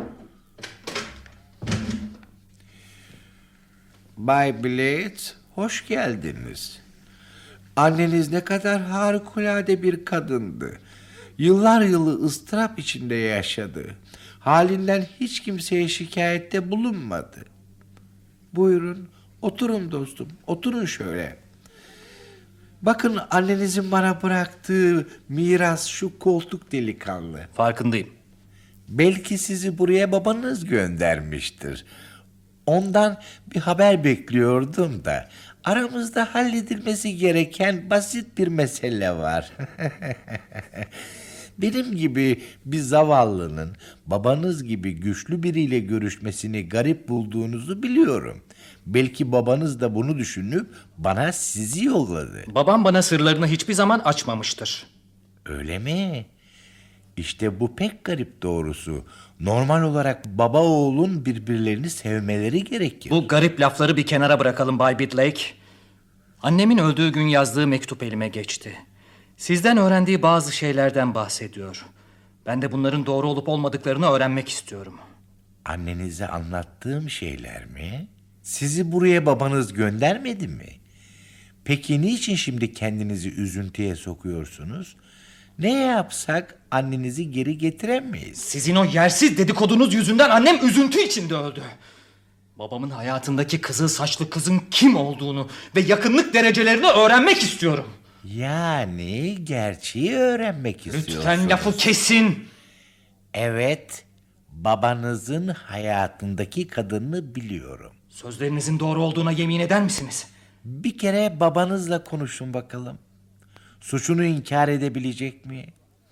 Bay Blades, hoş geldiniz. Anneniz ne kadar harikulade bir kadındı. Yıllar yılı ıstırap içinde yaşadı. Halinden hiç kimseye şikayette bulunmadı. Buyurun, oturun dostum, oturun şöyle. Bakın annenizin bana bıraktığı miras şu koltuk delikanlı. Farkındayım. Belki sizi buraya babanız göndermiştir. Ondan bir haber bekliyordum da aramızda halledilmesi gereken basit bir mesele var. Benim gibi bir zavallının babanız gibi güçlü biriyle görüşmesini garip bulduğunuzu biliyorum. Belki babanız da bunu düşünüp bana sizi yolladı. Babam bana sırlarını hiçbir zaman açmamıştır. Öyle mi? İşte bu pek garip doğrusu. Normal olarak baba oğlun birbirlerini sevmeleri gerekir. Bu garip lafları bir kenara bırakalım Bay Bidlake. Annemin öldüğü gün yazdığı mektup elime geçti. Sizden öğrendiği bazı şeylerden bahsediyor. Ben de bunların doğru olup olmadıklarını öğrenmek istiyorum. Annenize anlattığım şeyler mi? Sizi buraya babanız göndermedi mi? Peki niçin şimdi kendinizi üzüntüye sokuyorsunuz? Ne yapsak annenizi geri getiremeyiz? Sizin o yersiz dedikodunuz yüzünden annem üzüntü içinde öldü. Babamın hayatındaki kızıl saçlı kızın kim olduğunu ve yakınlık derecelerini öğrenmek istiyorum. Yani gerçeği öğrenmek istiyorsunuz. Lütfen lafı kesin. Evet, babanızın hayatındaki kadını biliyorum. Sözlerinizin doğru olduğuna yemin eder misiniz? Bir kere babanızla konuşun bakalım. Suçunu inkar edebilecek mi?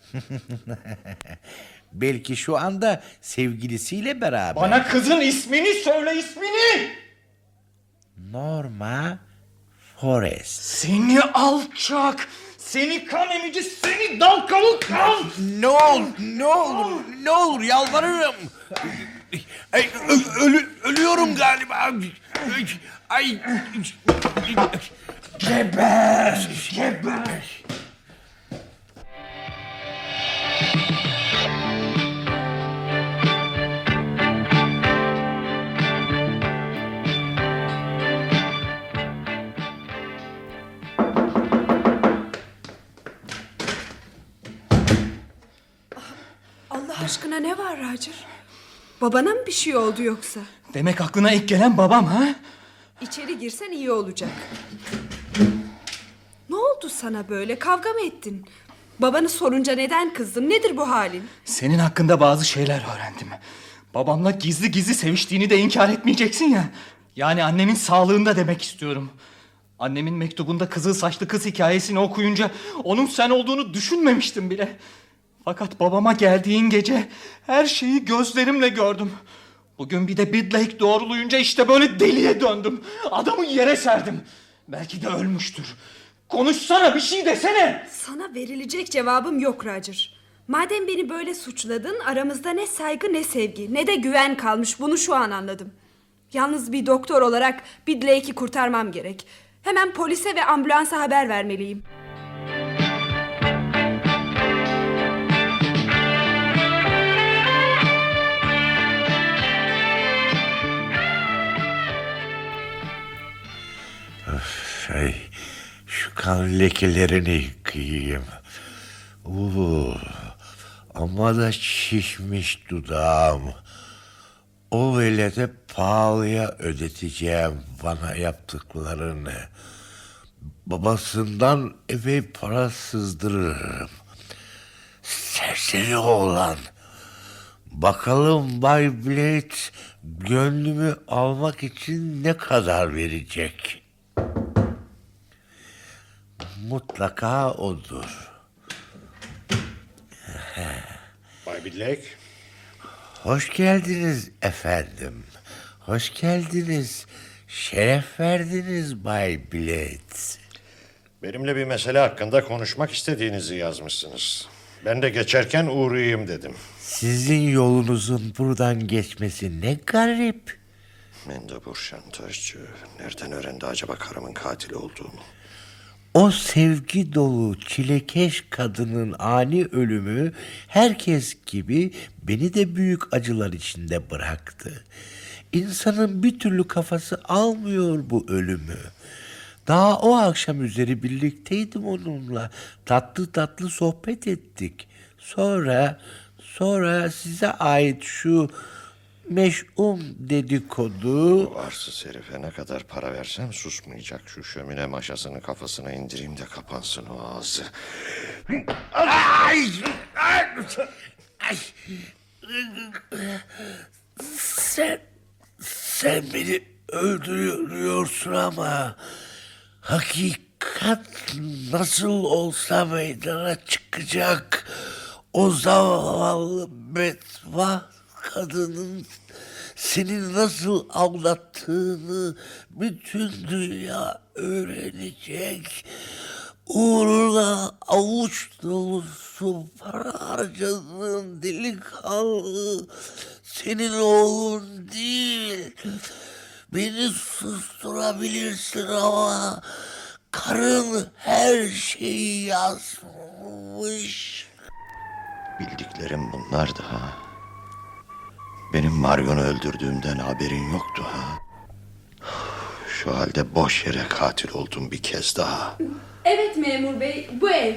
Belki şu anda sevgilisiyle beraber. Bana kızın ismini söyle, ismini! Norma Forrest. Seni alçak! Seni kan emici, seni dal kavuk kan! Ne olur, ne olur, ne olur yalvarırım. Ay, ö- ölü, ölüyorum galiba. Ay. Geber, geber. Allah aşkına ne var Roger? Babana mı bir şey oldu yoksa? Demek aklına ilk gelen babam ha? İçeri girsen iyi olacak. Ne oldu sana böyle? Kavga mı ettin? Babanı sorunca neden kızdın? Nedir bu halin? Senin hakkında bazı şeyler öğrendim. Babamla gizli gizli seviştiğini de inkar etmeyeceksin ya. Yani annemin sağlığında demek istiyorum. Annemin mektubunda kızıl saçlı kız hikayesini okuyunca onun sen olduğunu düşünmemiştim bile. Fakat babama geldiğin gece her şeyi gözlerimle gördüm. Bugün bir de Bidlake doğruluyunca işte böyle deliye döndüm. Adamı yere serdim. Belki de ölmüştür. Konuşsana, bir şey desene. Sana verilecek cevabım yok Roger. Madem beni böyle suçladın, aramızda ne saygı ne sevgi ne de güven kalmış. Bunu şu an anladım. Yalnız bir doktor olarak Bidlake'i kurtarmam gerek. Hemen polise ve ambulansa haber vermeliyim. Şey, şu kan lekelerini yıkayayım. Uuu, ama da şişmiş dudağım. O velede pahalıya ödeteceğim bana yaptıklarını. Babasından epey para sızdırırım. Serseri oğlan. Bakalım Bay Blade gönlümü almak için ne kadar verecek? Mutlaka odur. Bay Bidlake. Hoş geldiniz efendim. Hoş geldiniz. Şeref verdiniz Bay Blade. Benimle bir mesele hakkında konuşmak istediğinizi yazmışsınız. Ben de geçerken uğrayayım dedim. Sizin yolunuzun buradan geçmesi ne garip. Mendebur şantajcı. Nereden öğrendi acaba karımın katili olduğunu? O sevgi dolu çilekeş kadının ani ölümü herkes gibi beni de büyük acılar içinde bıraktı. İnsanın bir türlü kafası almıyor bu ölümü. Daha o akşam üzeri birlikteydim onunla. Tatlı tatlı sohbet ettik. Sonra, sonra size ait şu meş'um dedikodu... Bu arsız herife ne kadar para versem susmayacak. Şu şömine maşasını kafasına indireyim de kapansın o ağzı. Ay! Ay! Ay! Sen, sen beni öldürüyorsun ama hakikat nasıl olsa meydana çıkacak. O zavallı bedbaht kadının seni nasıl aldattığını bütün dünya öğrenecek. Uğruna avuç dolusu para harcadığın delikanlı senin oğlun değil. Beni susturabilirsin ama karın her şeyi yazmış. Bildiklerim bunlardı ha. Benim Marion'u öldürdüğümden haberin yoktu ha. Şu halde boş yere katil oldum bir kez daha. Evet memur bey, bu ev.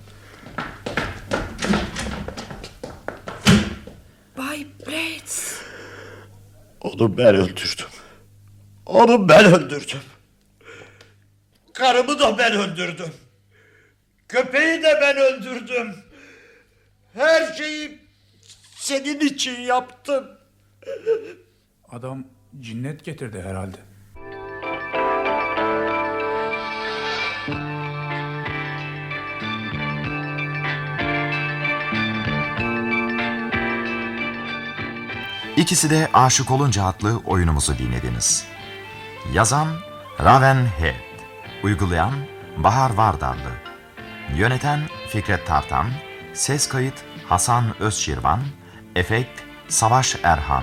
Bay Blades. Onu ben öldürdüm. Onu ben öldürdüm. Karımı da ben öldürdüm. Köpeği de ben öldürdüm. Her şeyi senin için yaptım. Adam cinnet getirdi herhalde. İkisi de Aşık Olunca adlı oyunumuzu dinlediniz. Yazan Raven Head, uygulayan Bahar Vardarlı, yöneten Fikret Tartan, ses kayıt Hasan Özşirvan, efekt Savaş Erhan.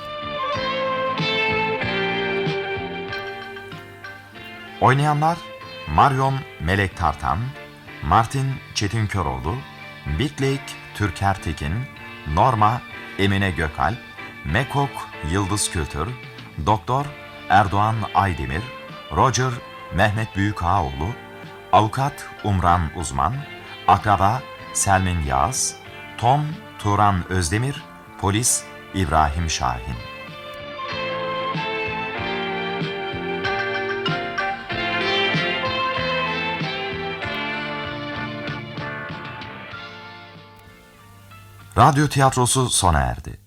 Oynayanlar Marion Melek Tartan, Martin Çetin Köroğlu, Bitlek Türker Tekin, Norma Emine Gökalp, Mekok Yıldız Kültür, Doktor Erdoğan Aydemir, Roger Mehmet Büyükağaoğlu, Avukat Umran Uzman, Akraba Selmin Yağız, Tom Turan Özdemir, Polis İbrahim Şahin. Radyo tiyatrosu sona erdi.